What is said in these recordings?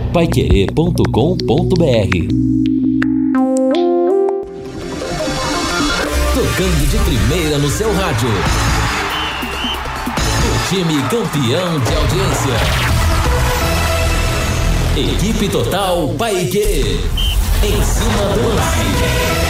paiquerê.com.br. Tocando de primeira no seu rádio. O time campeão de audiência. Equipe Total Paiquerê. Em cima do lance.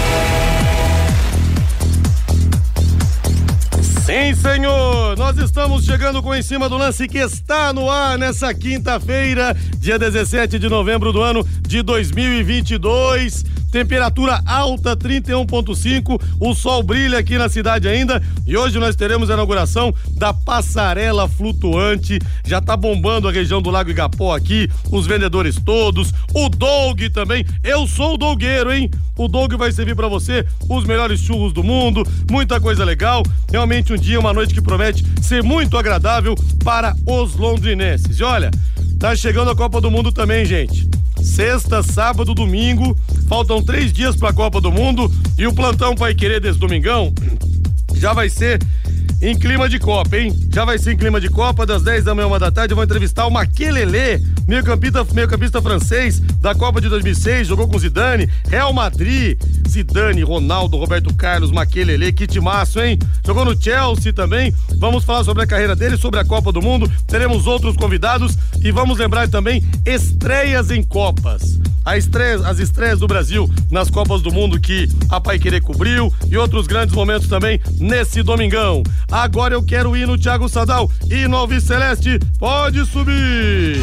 Sim, senhor, nós estamos chegando com Em Cima do Lance, que está no ar nessa quinta-feira, dia 17 de novembro do ano de 2022. Temperatura alta, 31,5, o sol brilha aqui na cidade ainda, e hoje nós teremos a inauguração da passarela flutuante. Já tá bombando a região do Lago Igapó aqui, os vendedores todos, o Doug também. Eu sou o Dogueiro, hein? O Doug vai servir pra você os melhores churros do mundo, muita coisa legal. Realmente um dia, uma noite que promete ser muito agradável para os londrinenses. E olha, tá chegando a Copa do Mundo também, gente. Sexta, sábado, domingo, faltam 3 dias pra Copa do Mundo, e o plantão Paiquerê desse domingão já vai ser em clima de Copa, hein? Já vai ser em clima de Copa, das 10 da manhã, 1 da tarde. Eu vou entrevistar o Makelele, meio-campista francês da Copa de 2006, jogou com Zidane, Real Madrid, Zidane, Ronaldo, Roberto Carlos, Makelele, que timaço, hein? Jogou no Chelsea também. Vamos falar sobre a carreira dele, sobre a Copa do Mundo. Teremos outros convidados e vamos lembrar também estreias em Copas. As estreias do Brasil nas Copas do Mundo que a Paiquerê cobriu, e outros grandes momentos também nesse domingão. Agora eu quero ir no Thiago Sadal e no Alves Celeste. Pode subir!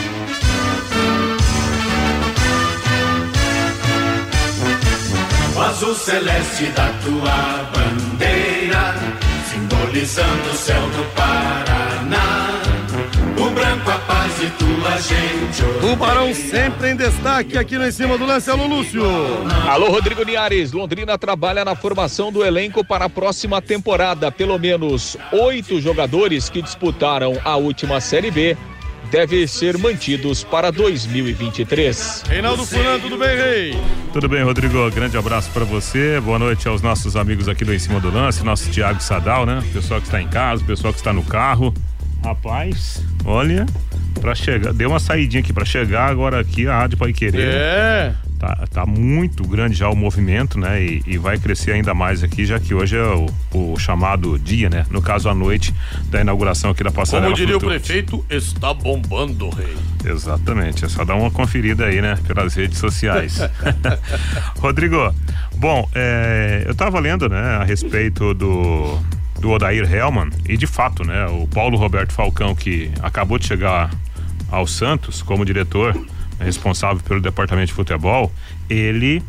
O azul celeste da tua bandeira, simbolizando o céu do Paraná. O branco, a paz e tua gente. Tubarão sempre em destaque aqui no Em Cima do Lance. Alô, Lúcio. Alô, Rodrigo Linhares. Londrina trabalha na formação do elenco para a próxima temporada. Pelo menos 8 jogadores que disputaram a última Série B devem ser mantidos para 2023. Reinaldo Furan, tudo bem, Rei? Tudo bem, Rodrigo, grande abraço para você, boa noite aos nossos amigos aqui do Em Cima do Lance, nosso Thiago Sadal, né? Pessoal que está em casa, pessoal que está no carro. Rapaz, olha, pra chegar, deu uma saidinha aqui pra chegar agora aqui a Rádio Paiquerê. É. Tá muito grande já o movimento, né? E vai crescer ainda mais aqui, já que hoje é o chamado dia, né? No caso, a noite da inauguração aqui da passarela. Como diria flutuante. o prefeito, está bombando, Rei. Exatamente, é só dar uma conferida aí, né? Pelas redes sociais. Rodrigo, bom, eu tava lendo, né? A respeito do Odair Hellmann, e de fato, né, o Paulo Roberto Falcão, que acabou de chegar ao Santos como diretor responsável pelo departamento de futebol, ele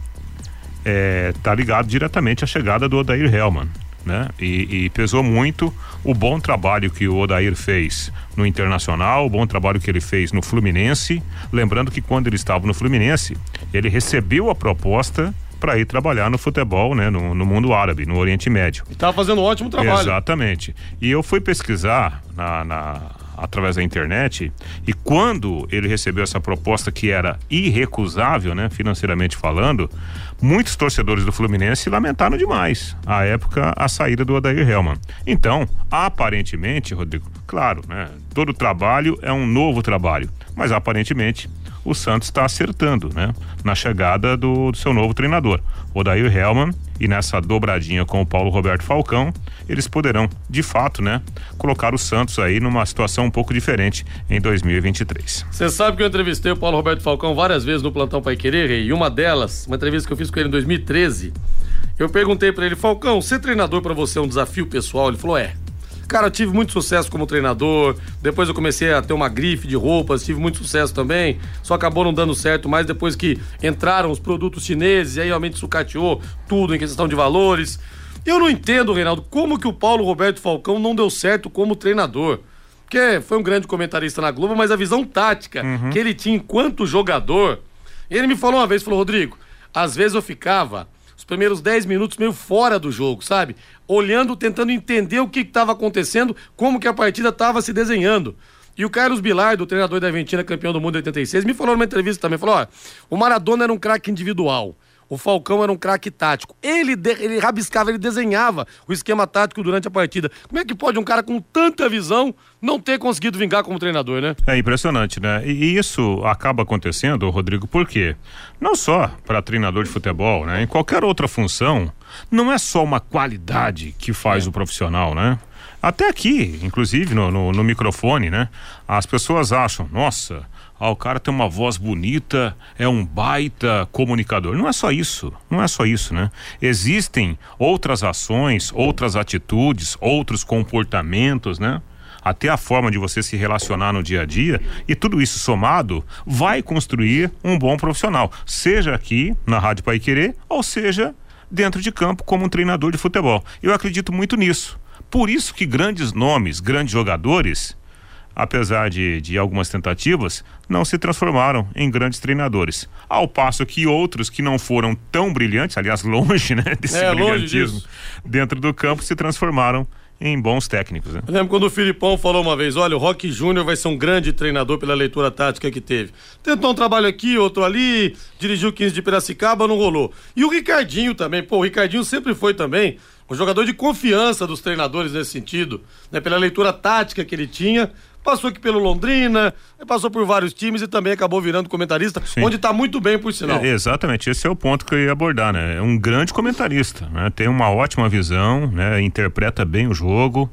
tá ligado diretamente à chegada do Odair Hellmann, né? E pesou muito o bom trabalho que o Odair fez no Internacional, o bom trabalho que ele fez no Fluminense. Lembrando que quando ele estava no Fluminense, ele recebeu a proposta para ir trabalhar no futebol, né, no mundo árabe, no Oriente Médio. E tava fazendo um ótimo trabalho. Exatamente. E eu fui pesquisar através da internet, e quando ele recebeu essa proposta que era irrecusável, né, financeiramente falando, muitos torcedores do Fluminense lamentaram demais, à época, a saída do Odair Hellmann. Então, aparentemente, Rodrigo, claro, né, todo trabalho é um novo trabalho, mas aparentemente o Santos está acertando, né, na chegada do seu novo treinador, Odair Hellmann, e nessa dobradinha com o Paulo Roberto Falcão, eles poderão, de fato, né, colocar o Santos aí numa situação um pouco diferente em 2023. Você sabe que eu entrevistei o Paulo Roberto Falcão várias vezes no Plantão Paiquerê, Rei, e uma delas, uma entrevista que eu fiz com ele em 2013, eu perguntei pra ele: Falcão, ser treinador pra você é um desafio pessoal? Ele falou: Cara, eu tive muito sucesso como treinador, depois eu comecei a ter uma grife de roupas, tive muito sucesso também, só acabou não dando certo mais depois que entraram os produtos chineses, e aí realmente sucateou tudo em questão de valores. Eu não entendo, Reinaldo, como que o Paulo Roberto Falcão não deu certo como treinador. Porque foi um grande comentarista na Globo, mas a visão tática que ele tinha enquanto jogador, ele me falou uma vez, falou: Rodrigo, às vezes eu ficava os primeiros 10 minutos meio fora do jogo, sabe? Olhando, tentando entender o que estava acontecendo, como que a partida estava se desenhando. E o Carlos Bilardo, o treinador da Argentina, campeão do mundo em 86, me falou numa entrevista também, falou: o Maradona era um craque individual, O Falcão era um craque tático. Ele rabiscava, ele desenhava o esquema tático durante a partida. Como é que pode um cara com tanta visão não ter conseguido vingar como treinador, né? É impressionante, né? E isso acaba acontecendo, Rodrigo, por quê? Não só para treinador de futebol, né? Em qualquer outra função, não é só uma qualidade que faz o profissional, né? Até aqui, inclusive no microfone, né? As pessoas acham, nossa, o cara tem uma voz bonita, é um baita comunicador. Não é só isso, né? Existem outras ações, outras atitudes, outros comportamentos, né? Até a forma de você se relacionar no dia a dia, e tudo isso somado vai construir um bom profissional, seja aqui na Rádio Paiquerê, ou seja dentro de campo como um treinador de futebol. Eu acredito muito nisso. Por isso que grandes nomes, grandes jogadores, apesar de algumas tentativas, não se transformaram em grandes treinadores. Ao passo que outros que não foram tão brilhantes, aliás, longe, né, desse brilhantismo dentro do campo, se transformaram em bons técnicos, né? Eu lembro quando o Filipão falou uma vez, olha, o Roque Júnior vai ser um grande treinador pela leitura tática que teve. Tentou um trabalho aqui, outro ali, dirigiu o 15 de Piracicaba, não rolou. E o Ricardinho também, o Ricardinho sempre foi também um jogador de confiança dos treinadores nesse sentido, né? Pela leitura tática que ele tinha, passou aqui pelo Londrina, passou por vários times e também acabou virando comentarista, sim, onde está muito bem, por sinal. Exatamente, esse é o ponto que eu ia abordar, né? É um grande comentarista, né? Tem uma ótima visão, né? Interpreta bem o jogo,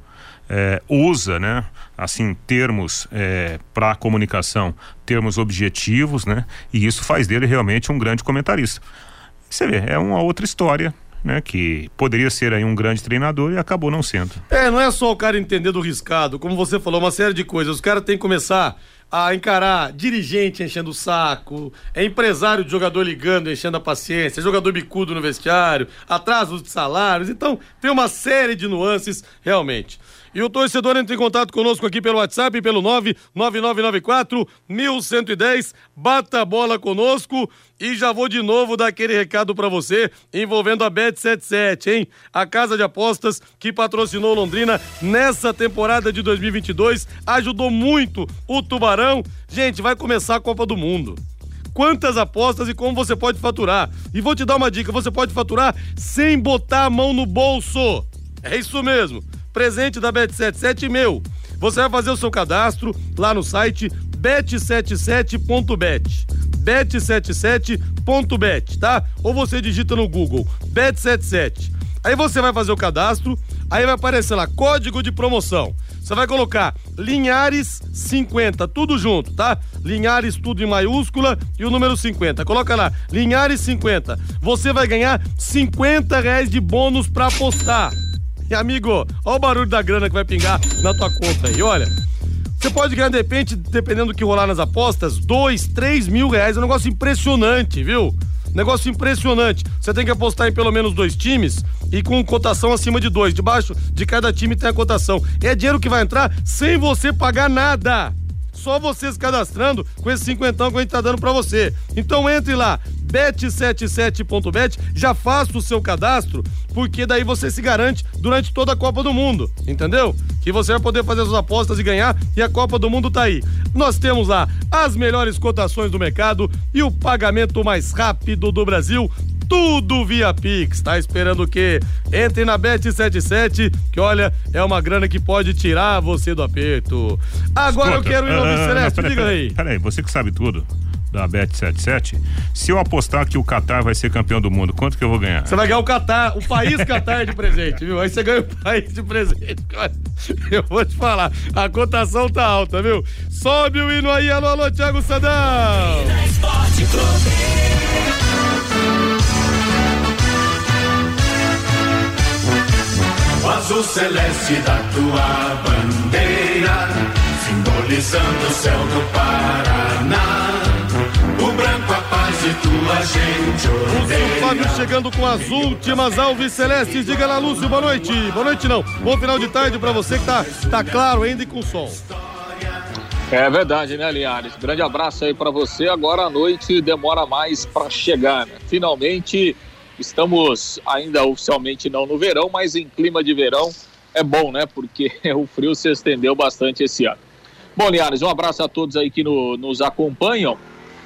usa, né? Assim, termos para comunicação, termos objetivos, né? E isso faz dele realmente um grande comentarista. Você vê, é uma outra história, né, que poderia ser aí um grande treinador e acabou não sendo. Não é só o cara entender do riscado, como você falou, uma série de coisas. Os caras têm que começar a encarar dirigente enchendo o saco, empresário de jogador ligando, enchendo a paciência, jogador bicudo no vestiário, atrasos de salários. Então, tem uma série de nuances, realmente. E o torcedor entra em contato conosco aqui pelo WhatsApp, pelo 99994-1110. Bata a bola conosco e já vou de novo dar aquele recado pra você envolvendo a Bet77, hein? A casa de apostas que patrocinou Londrina nessa temporada de 2022, ajudou muito o Tubarão. Gente, vai começar a Copa do Mundo. Quantas apostas e como você pode faturar. E vou te dar uma dica, você pode faturar sem botar a mão no bolso. É isso mesmo. Presente da Bet77 meu. Você vai fazer o seu cadastro lá no site bet77.bet. bet77.bet, tá? Ou você digita no Google Bet77. Aí você vai fazer o cadastro, aí vai aparecer lá código de promoção. Você vai colocar Linhares 50, tudo junto, tá? Linhares tudo em maiúscula e o número 50. Coloca lá, Linhares 50. Você vai ganhar R$50 de bônus pra apostar. E amigo, olha o barulho da grana que vai pingar na tua conta aí, olha. Você pode ganhar, de repente, dependendo do que rolar nas apostas, 2, 3 mil reais. É um negócio impressionante, viu? Negócio impressionante. Você tem que apostar em pelo menos 2 times e com cotação acima de 2. Debaixo de cada time tem a cotação. É dinheiro que vai entrar sem você pagar nada. Só você se cadastrando com esse 50 que a gente tá dando pra você. Então entre lá, bet77.bet, já faça o seu cadastro, porque daí você se garante durante toda a Copa do Mundo, entendeu? Que você vai poder fazer suas apostas e ganhar, e a Copa do Mundo tá aí. Nós temos lá as melhores cotações do mercado e o pagamento mais rápido do Brasil, tudo via Pix. Tá esperando o quê? Entre na Bet77, que olha, é uma grana que pode tirar você do aperto. Agora eu quero ir no Celeste, diga aí. Peraí, você que sabe tudo da Bet77, se eu apostar que o Qatar vai ser campeão do mundo, quanto que eu vou ganhar? Você vai ganhar o Qatar, o país Qatar de presente, viu? Aí você ganha o país de presente. Eu vou te falar, a cotação tá alta, viu? Sobe o hino aí, alô, alô, Thiago Sadão. O azul celeste da tua bandeira, simbolizando o céu do Paraná. O branco a paz de tua gente odeia. O Fábio chegando com as últimas alves celestes. Diga lá, Lúcio, boa noite. Boa noite não, bom final de tarde pra você que tá claro ainda e com sol. É verdade, né, Linhares? Grande abraço aí pra você. Agora a noite demora mais pra chegar, né? Finalmente estamos ainda oficialmente não no verão, mas em clima de verão é bom, né? Porque o frio se estendeu bastante esse ano. Bom, Linhares, um abraço a todos aí que nos acompanham.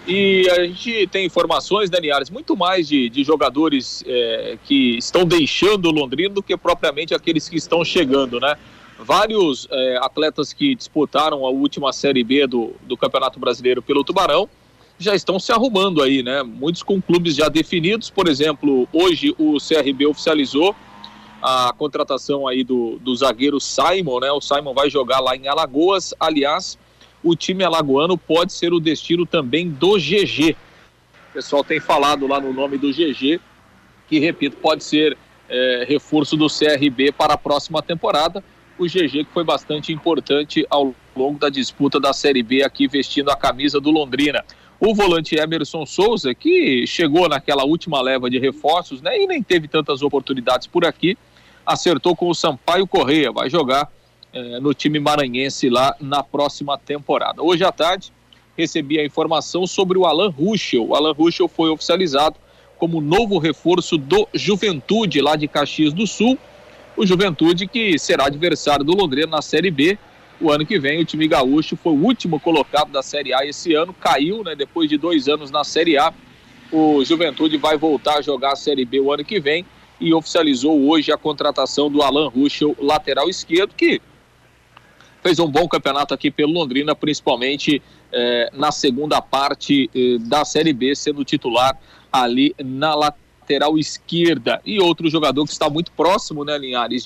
E a gente tem informações, né, Linhares, muito mais de jogadores que estão deixando o Londrina do que propriamente aqueles que estão chegando, né? Vários atletas que disputaram a última Série B do Campeonato Brasileiro pelo Tubarão já estão se arrumando aí, né? Muitos com clubes já definidos. Por exemplo, hoje o CRB oficializou a contratação aí do zagueiro Simon, né? O Simon vai jogar lá em Alagoas. Aliás, o time alagoano pode ser o destino também do GG. O pessoal tem falado lá no nome do GG, que, repito, pode ser reforço do CRB para a próxima temporada. O GG que foi bastante importante ao longo da disputa da Série B aqui vestindo a camisa do Londrina. O volante Emerson Souza, que chegou naquela última leva de reforços, né, e nem teve tantas oportunidades por aqui, acertou com o Sampaio Corrêa, vai jogar no time maranhense lá na próxima temporada. Hoje à tarde recebi a informação sobre o Alan Ruschel. O Alan Ruschel foi oficializado como novo reforço do Juventude lá de Caxias do Sul. O Juventude que será adversário do Londrina na Série B. O ano que vem o time gaúcho foi o último colocado da Série A esse ano, caiu, né, depois de 2 anos na Série A. O Juventude vai voltar a jogar a Série B o ano que vem e oficializou hoje a contratação do Alan Ruschel, lateral esquerdo, que fez um bom campeonato aqui pelo Londrina, principalmente na segunda parte da Série B, sendo titular ali na lateral esquerda. E outro jogador que está muito próximo, né, Linhares,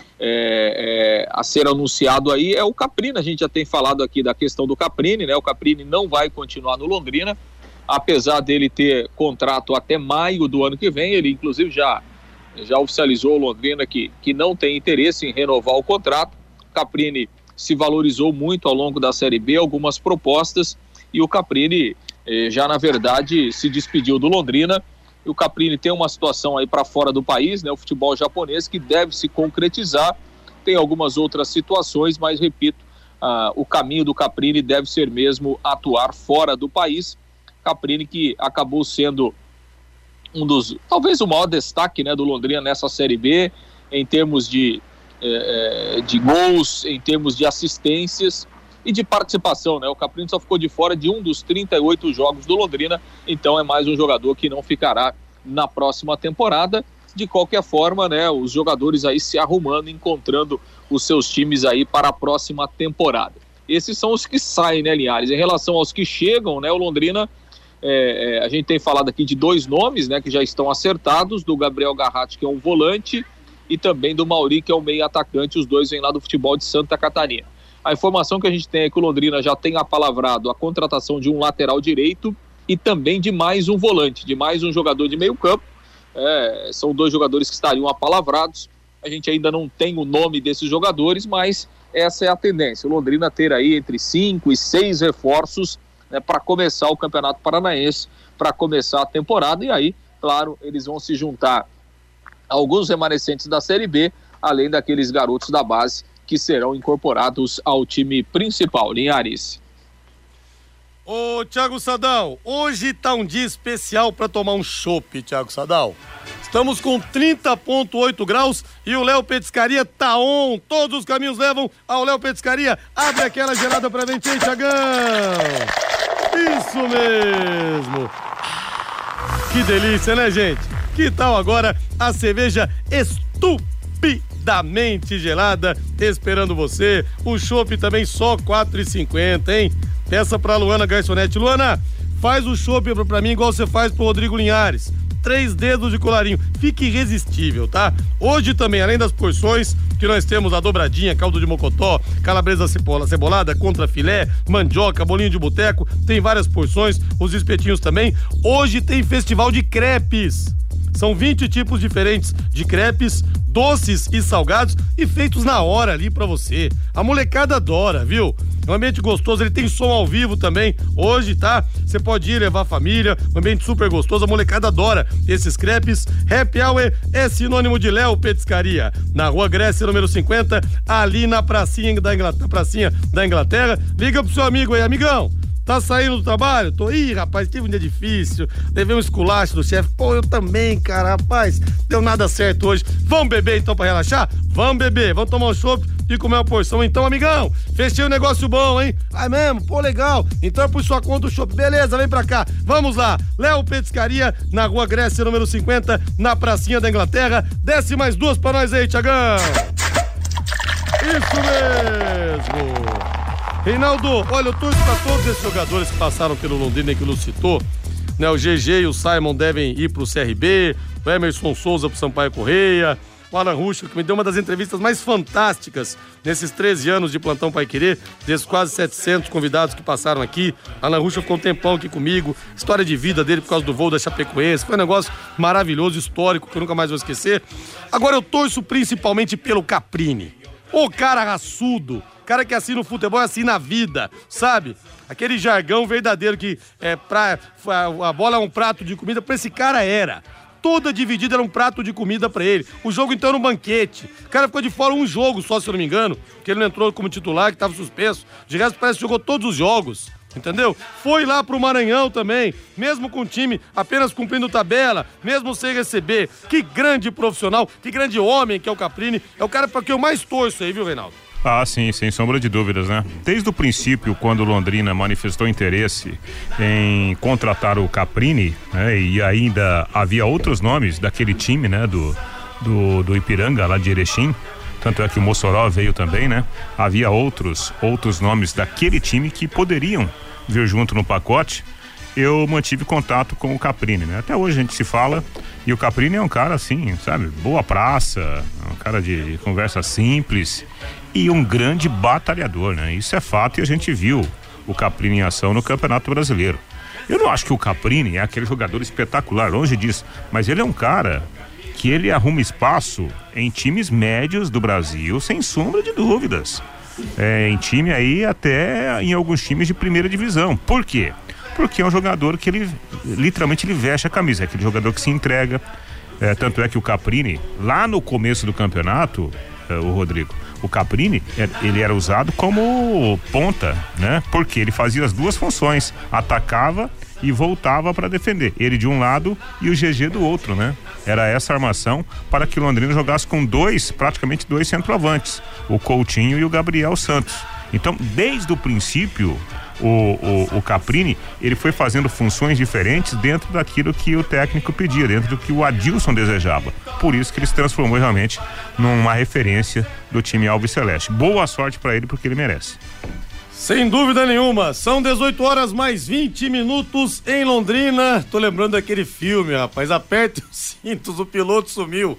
a ser anunciado aí é o Caprini. A gente já tem falado aqui da questão do Caprini, né? O Caprini não vai continuar no Londrina, apesar dele ter contrato até maio do ano que vem. Ele inclusive já oficializou o Londrina que não tem interesse em renovar o contrato. Caprini se valorizou muito ao longo da Série B, algumas propostas, e o Caprini já na verdade se despediu do Londrina. E o Caprini tem uma situação aí para fora do país, né? O futebol japonês que deve se concretizar. Tem algumas outras situações, mas repito, o caminho do Caprini deve ser mesmo atuar fora do país. Caprini que acabou sendo talvez o maior destaque, né, do Londrina nessa Série B, em termos de gols, em termos de assistências e de participação, né? O Caprini só ficou de fora de um dos 38 jogos do Londrina, então é mais um jogador que não ficará na próxima temporada. De qualquer forma, né, os jogadores aí se arrumando, encontrando os seus times aí para a próxima temporada. Esses são os que saem, né, Linhares? Em relação aos que chegam, né, o Londrina, a gente tem falado aqui de 2 nomes, né, que já estão acertados, do Gabriel Garratti, que é um volante, e também do Mauri, que é o meio atacante. Os dois vêm lá do futebol de Santa Catarina. A informação que a gente tem é que o Londrina já tem apalavrado a contratação de um lateral direito e também de mais um volante, de mais um jogador de meio campo. São 2 jogadores que estariam apalavrados. A gente ainda não tem o nome desses jogadores, mas essa é a tendência. O Londrina ter aí entre 5 e 6 reforços, né, para começar o Campeonato Paranaense, para começar a temporada. E aí, claro, eles vão se juntar a alguns remanescentes da Série B, além daqueles garotos da base que serão incorporados ao time principal. Linhares. Ô, Thiago Sadal, hoje tá um dia especial para tomar um chopp, Thiago Sadal. Estamos com 30,8 graus e o Léo Petiscaria tá on. Todos os caminhos levam ao Léo Petiscaria. Abre aquela gelada pra gente, hein, Thiagão? Isso mesmo. Que delícia, né, gente? Que tal agora a cerveja estupidamente gelada esperando você? O chopp também só R$4,50, hein? Peça pra Luana Garçonete. Luana, faz o chopp pra mim igual você faz pro Rodrigo Linhares. 3 dedos de colarinho. Fique irresistível, tá? Hoje também, além das porções, que nós temos a dobradinha, caldo de mocotó, calabresa cebolada, contra filé, mandioca, bolinho de boteco, tem várias porções, os espetinhos também. Hoje tem festival de crepes. São 20 tipos diferentes de crepes, doces e salgados e feitos na hora ali pra você. A molecada adora, viu? É um ambiente gostoso, ele tem som ao vivo também. Hoje, tá? Você pode ir levar a família, um ambiente super gostoso, a molecada adora esses crepes. Happy Hour é sinônimo de Léo Petiscaria. Na Rua Grécia, número 50, ali na pracinha da Inglaterra. Liga pro seu amigo aí, amigão. Tá saindo do trabalho? Tô. Ih, rapaz, tive um dia difícil. Levei um esculacho do chefe. Pô, eu também, cara, rapaz. Deu nada certo hoje. Vamos beber então pra relaxar? Vamos beber. Vamos tomar um chopp e comer uma porção. Então, amigão, fechei um negócio bom, hein? Ah, mesmo? Pô, legal. Então, por sua conta o chopp. Beleza, vem pra cá. Vamos lá. Léo Petiscaria, na Rua Grécia, número 50, na Pracinha da Inglaterra. Desce mais 2 pra nós aí, Thiagão. Isso mesmo. Reinaldo, olha, eu torço pra todos esses jogadores que passaram pelo Londrina que o Lu citou, né? O GG e o Simon devem ir pro CRB, o Emerson Souza pro Sampaio Correia, o Alan Ruschel, que me deu uma das entrevistas mais fantásticas nesses 13 anos de Plantão Pai Querer, desses quase 700 convidados que passaram aqui. Alan Ruschel ficou um tempão aqui comigo, história de vida dele por causa do voo da Chapecoense, foi um negócio maravilhoso, histórico, que eu nunca mais vou esquecer. Agora eu torço principalmente pelo Caprini, o cara raçudo, cara que assina o futebol é assim na vida, sabe? Aquele jargão verdadeiro que a bola é um prato de comida, pra esse cara era. Toda dividida era um prato de comida pra ele. O jogo então era um banquete. O cara ficou de fora um jogo só, se eu não me engano, que ele não entrou como titular, que tava suspenso. De resto parece que jogou todos os jogos. Entendeu? Foi lá pro Maranhão também, mesmo com o time apenas cumprindo tabela, mesmo sem receber. Que grande profissional, que grande homem que é o Caprini. É o cara pra que eu mais torço aí, viu, Reinaldo? Ah, sim, sem sombra de dúvidas, né? Desde o princípio, quando o Londrina manifestou interesse em contratar o Caprini, né? E ainda havia outros nomes daquele time, né? Do Ipiranga, lá de Erechim. Tanto é que o Mossoró veio também, né? Havia outros nomes daquele time que poderiam vir junto no pacote. Eu mantive contato com o Caprini, né? Até hoje a gente se fala e o Caprini é um cara assim, sabe? Boa praça, um cara de conversa simples e um grande batalhador, né? Isso é fato e a gente viu o Caprini em ação no Campeonato Brasileiro. Eu não acho que o Caprini é aquele jogador espetacular, longe disso, mas ele é um cara que ele arruma espaço em times médios do Brasil, sem sombra de dúvidas. Em time aí até em alguns times de primeira divisão. Por quê? Porque é um jogador que ele literalmente ele veste a camisa, é aquele jogador que se entrega. Tanto é que o Caprini, lá no começo do campeonato, o Rodrigo, o Caprini, ele era usado como ponta, né? Porque ele fazia as duas funções, atacava e voltava para defender. Ele de um lado e o GG do outro, né? Era essa a armação para que o Londrina jogasse com praticamente dois centroavantes, o Coutinho e o Gabriel Santos. Então, desde o princípio, o Caprini, ele foi fazendo funções diferentes dentro daquilo que o técnico pedia, dentro do que o Adilson desejava. Por isso que ele se transformou realmente numa referência do time Alves Celeste. Boa sorte para ele, porque ele merece. Sem dúvida nenhuma, são 18 horas mais 20 minutos em Londrina. Tô lembrando daquele filme, rapaz, aperte os cintos, o piloto sumiu.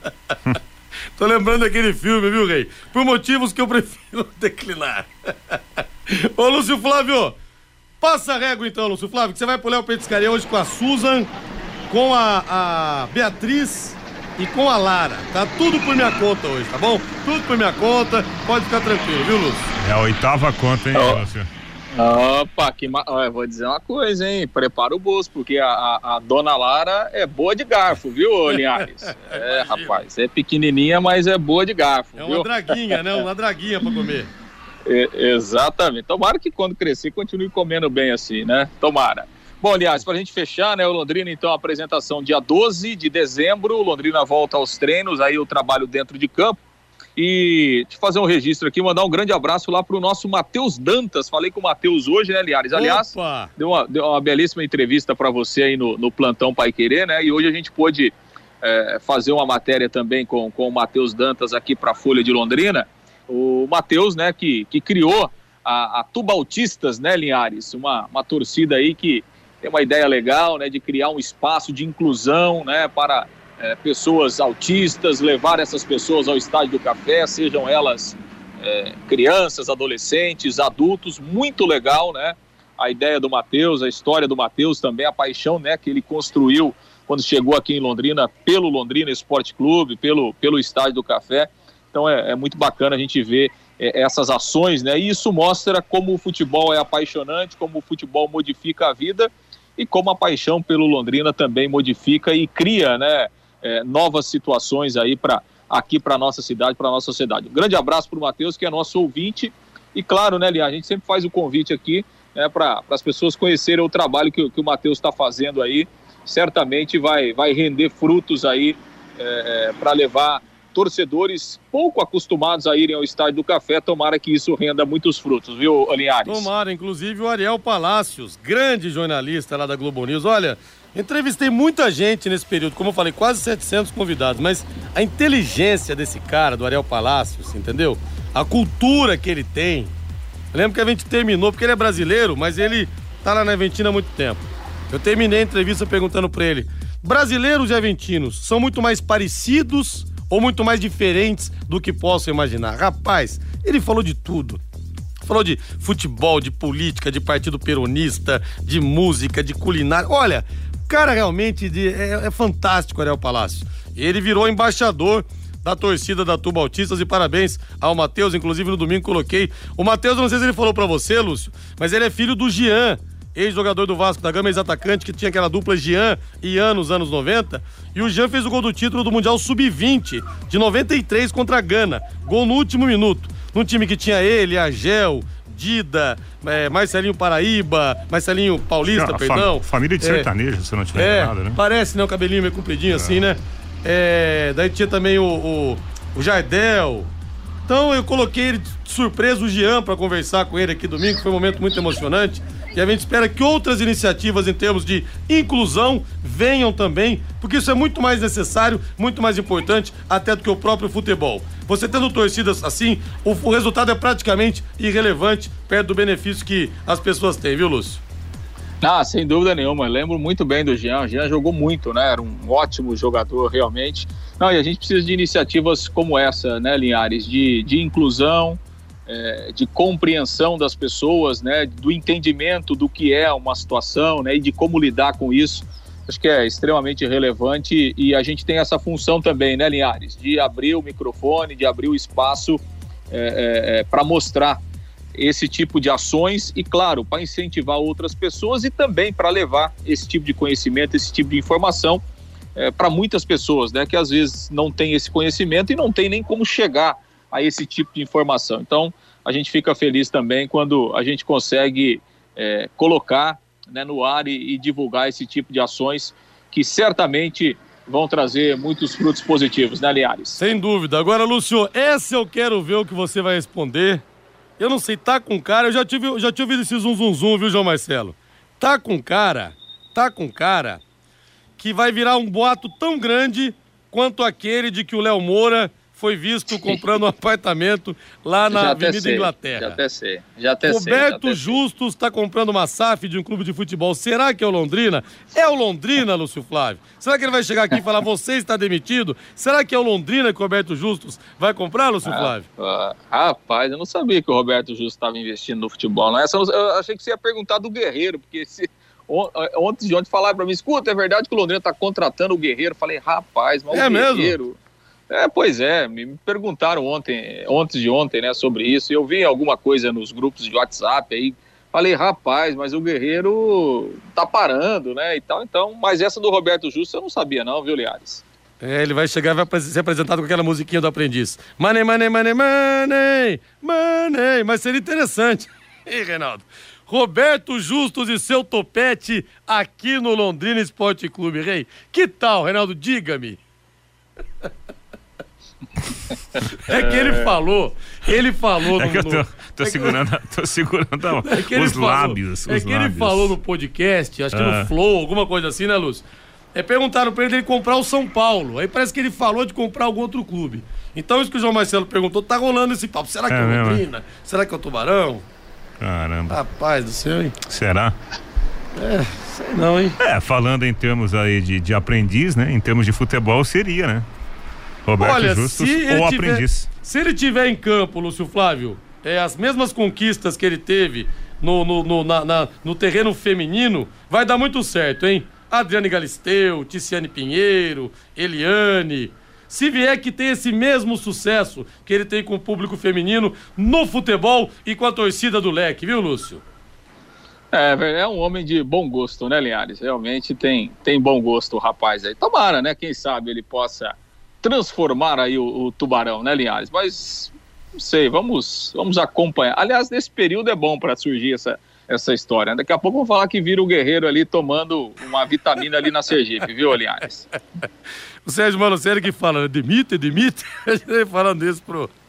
Tô lembrando daquele filme, viu, Rei? Por motivos que eu prefiro declinar. Ô, Lúcio Flávio, passa a régua então, Lúcio Flávio, que você vai pro Léo Petiscaria hoje com a Susan, com a Beatriz e com a Lara. Tá tudo por minha conta hoje, tá bom? Tudo por minha conta, pode ficar tranquilo, viu, Lúcio? É a 8ª conta, hein, Lúcio? Opa, vou dizer uma coisa, hein? Prepara o bolso, porque a dona Lara é boa de garfo, viu, Linhares? Rapaz, é pequenininha, mas é boa de garfo. É uma draguinha, né? Uma draguinha pra comer. Exatamente. Tomara que quando crescer continue comendo bem assim, né? Tomara. Bom, aliás, pra gente fechar, né? O Londrina, então, a apresentação dia 12 de dezembro. O Londrina volta aos treinos, aí o trabalho dentro de campo. E te fazer um registro aqui, mandar um grande abraço lá pro nosso Matheus Dantas. Falei com o Matheus hoje, né, Linhares? Aliás, deu uma belíssima entrevista para você aí no Plantão Pai Querer, né? E hoje a gente pôde fazer uma matéria também com o Matheus Dantas aqui para a Folha de Londrina. O Matheus, né, que criou a Tubautistas, né, Linhares? Uma torcida aí que tem uma ideia legal, né, de criar um espaço de inclusão, né, para pessoas autistas, levar essas pessoas ao Estádio do Café, sejam elas crianças, adolescentes, adultos. Muito legal, né? A ideia do Matheus, a história do Matheus também, a paixão, né, que ele construiu quando chegou aqui em Londrina, pelo Londrina Esporte Clube, pelo Estádio do Café. Então é muito bacana a gente ver essas ações, né? E isso mostra como o futebol é apaixonante, como o futebol modifica a vida e como a paixão pelo Londrina também modifica e cria, né, novas situações aí aqui para nossa cidade, para nossa sociedade. Um grande abraço para o Matheus, que é nosso ouvinte. E claro, né, Lia, a gente sempre faz o convite aqui, né, para as pessoas conhecerem o trabalho que o Matheus está fazendo aí. Certamente vai render frutos aí para levar torcedores pouco acostumados a irem ao Estádio do Café. Tomara que isso renda muitos frutos, viu, Linhares? Tomara, inclusive o Ariel Palácios, grande jornalista lá da Globo News. Olha, entrevistei muita gente nesse período, como eu falei, quase 700 convidados, mas a inteligência desse cara, do Ariel Palácios, entendeu? A cultura que ele tem. Eu lembro que a gente terminou, porque ele é brasileiro, mas ele tá lá na Aventina há muito tempo. Eu terminei a entrevista perguntando pra ele: brasileiros e aventinos são muito mais parecidos ou muito mais diferentes do que posso imaginar? Rapaz, ele falou de tudo. Falou de futebol, de política, de partido peronista, de música, de culinária. Olha, o cara realmente é fantástico, Ariel Palácio. Ele virou embaixador da torcida da Tuba Autistas, e parabéns ao Matheus. Inclusive no domingo coloquei o Matheus, não sei se ele falou pra você, Lúcio, mas ele é filho do Jean, ex-jogador do Vasco da Gama, ex-atacante, que tinha aquela dupla Jean e Ian nos anos 90, e o Jean fez o gol do título do Mundial Sub-20 de 93 contra a Gana, gol no último minuto, num time que tinha ele, Agel, Dida, Marcelinho Paraíba, Marcelinho Paulista, perdão. Família de sertanejo, se eu não tiver nada, né? Parece, né? O cabelinho meio compridinho assim, né? Daí tinha também o Jardel. Então eu coloquei ele de surpresa, o Jean, para conversar com ele aqui domingo, que foi um momento muito emocionante. E a gente espera que outras iniciativas em termos de inclusão venham também, porque isso é muito mais necessário, muito mais importante até do que o próprio futebol. Você tendo torcidas assim, o resultado é praticamente irrelevante perto do benefício que as pessoas têm, viu, Lúcio? Sem dúvida nenhuma, eu lembro muito bem do Jean. O Jean jogou muito, né? Era um ótimo jogador, realmente. E a gente precisa de iniciativas como essa, né, Linhares? De inclusão, de compreensão das pessoas, né? Do entendimento do que é uma situação, né? E de como lidar com isso. Acho que é extremamente relevante, e a gente tem essa função também, né, Linhares? De abrir o microfone, de abrir o espaço para mostrar esse tipo de ações e, claro, para incentivar outras pessoas e também para levar esse tipo de conhecimento, esse tipo de informação para muitas pessoas, né, que às vezes não tem esse conhecimento e não tem nem como chegar a esse tipo de informação. Então, a gente fica feliz também quando a gente consegue colocar, né, no ar e divulgar esse tipo de ações que certamente vão trazer muitos frutos positivos, né, Linhares? Sem dúvida. Agora, Lúcio, essa eu quero ver o que você vai responder. Eu não sei, tá com cara, eu já tinha ouvido esse zum, viu, João Marcelo? Tá com cara que vai virar um boato tão grande quanto aquele de que o Léo Moura foi visto comprando um apartamento lá na Avenida Inglaterra. Já até sei. Roberto Justus está comprando uma SAF de um clube de futebol. Será que é o Londrina? É o Londrina, Lúcio Flávio? Será que ele vai chegar aqui e falar, você está demitido? Será que é o Londrina que o Roberto Justus vai comprar, Lúcio Flávio? Rapaz, eu não sabia que o Roberto Justus estava investindo no futebol. Não. Eu achei que você ia perguntar do Guerreiro, porque ontem falaram para mim, escuta, é verdade que o Londrina está contratando o Guerreiro? Eu falei, rapaz, mas o Guerreiro... Mesmo? Pois é, me perguntaram antes de ontem, né, sobre isso. Eu vi alguma coisa nos grupos de WhatsApp aí, falei, rapaz, mas o Guerreiro tá parando, né, e tal. Então, mas essa do Roberto Justo eu não sabia não, viu, Linhares? Ele vai chegar e vai ser apresentado com aquela musiquinha do Aprendiz. Money, money, money, money, money. Mas seria interessante, hein, Reinaldo? Roberto Justus e seu topete aqui no Londrina Esporte Clube, Rei. Que tal, Reinaldo? Diga-me. É que ele falou que eu tô segurando os lábios. Ele falou no podcast, acho que no Flow, alguma coisa assim, né, Lúcio? Perguntaram pra ele comprar o São Paulo. Aí parece que ele falou de comprar algum outro clube. Então isso que o João Marcelo perguntou, tá rolando esse papo. Será que é o Londrina? Será que é o Tubarão? Caramba. Rapaz do céu, hein? Será? Sei não, hein? Falando em termos aí de aprendiz, né? Em termos de futebol, seria, né? Roberto Justus ou aprendiz. Se ele tiver em campo, Lúcio Flávio, as mesmas conquistas que ele teve no terreno feminino, vai dar muito certo, hein? Adriane Galisteu, Ticiane Pinheiro, Eliane. Se vier que tem esse mesmo sucesso que ele tem com o público feminino no futebol e com a torcida do Leque, viu, Lúcio? É um homem de bom gosto, né, Linhares? Realmente tem bom gosto o rapaz aí. Tomara, né? Quem sabe ele possa transformar aí o Tubarão, né, Linhares? Mas, não sei, vamos acompanhar. Aliás, nesse período é bom para surgir essa história. Daqui a pouco vão falar que vira o Guerreiro ali tomando uma vitamina ali na Sergipe, viu, Linhares? O Sérgio Malucelli que fala, demite, falando isso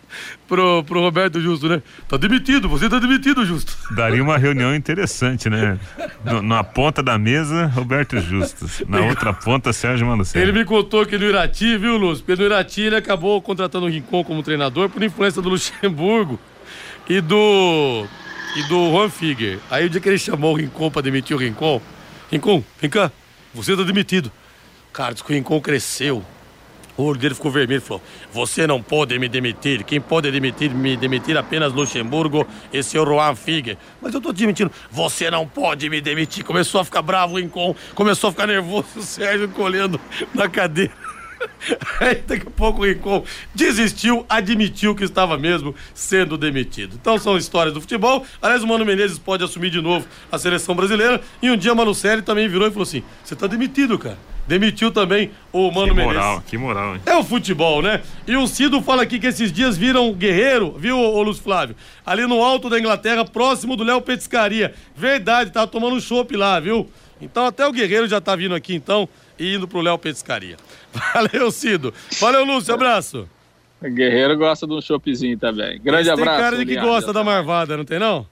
pro Roberto Justo, né? Tá demitido, você tá demitido, Justo. Daria uma reunião interessante, né? Na ponta da mesa, Roberto Justo. Na outra ponta, Sérgio Malucelli. Ele me contou que no Irati, viu, Lúcio? Porque no Irati ele acabou contratando o Rincon como treinador por influência do Luxemburgo e do Juan Figuer. Aí o dia que ele chamou o Rincon pra demitir o Rincon, vem cá, você tá demitido. Cara, diz que o Rincon cresceu. O olho dele ficou vermelho e falou: você não pode me demitir. Quem pode me demitir apenas Luxemburgo e seu Juan Figuer. Mas eu tô te demitindo. Você não pode me demitir. Começou a ficar bravo o Rincon, começou a ficar nervoso o Sérgio encolhendo na cadeira. Aí daqui a pouco o Rincon desistiu, admitiu que estava mesmo sendo demitido. Então são histórias do futebol. Aliás, o Mano Menezes pode assumir de novo a seleção brasileira. E um dia o Malucelli também virou e falou assim: você tá demitido, cara. Demitiu também o Mano Menezes. Que moral, hein? É o futebol, né? E o Cido fala aqui que esses dias viram Guerreiro, viu, ô Lúcio Flávio? Ali no alto da Inglaterra, próximo do Léo Petiscaria. Verdade, tá tomando um chopp lá, viu? Então até o Guerreiro já tá vindo aqui, então, e indo pro Léo Petiscaria. Valeu, Cido. Valeu, Lúcio, abraço. O Guerreiro gosta de um choppzinho também. Grande abraço. Tem cara de que gosta da marvada, não tem não?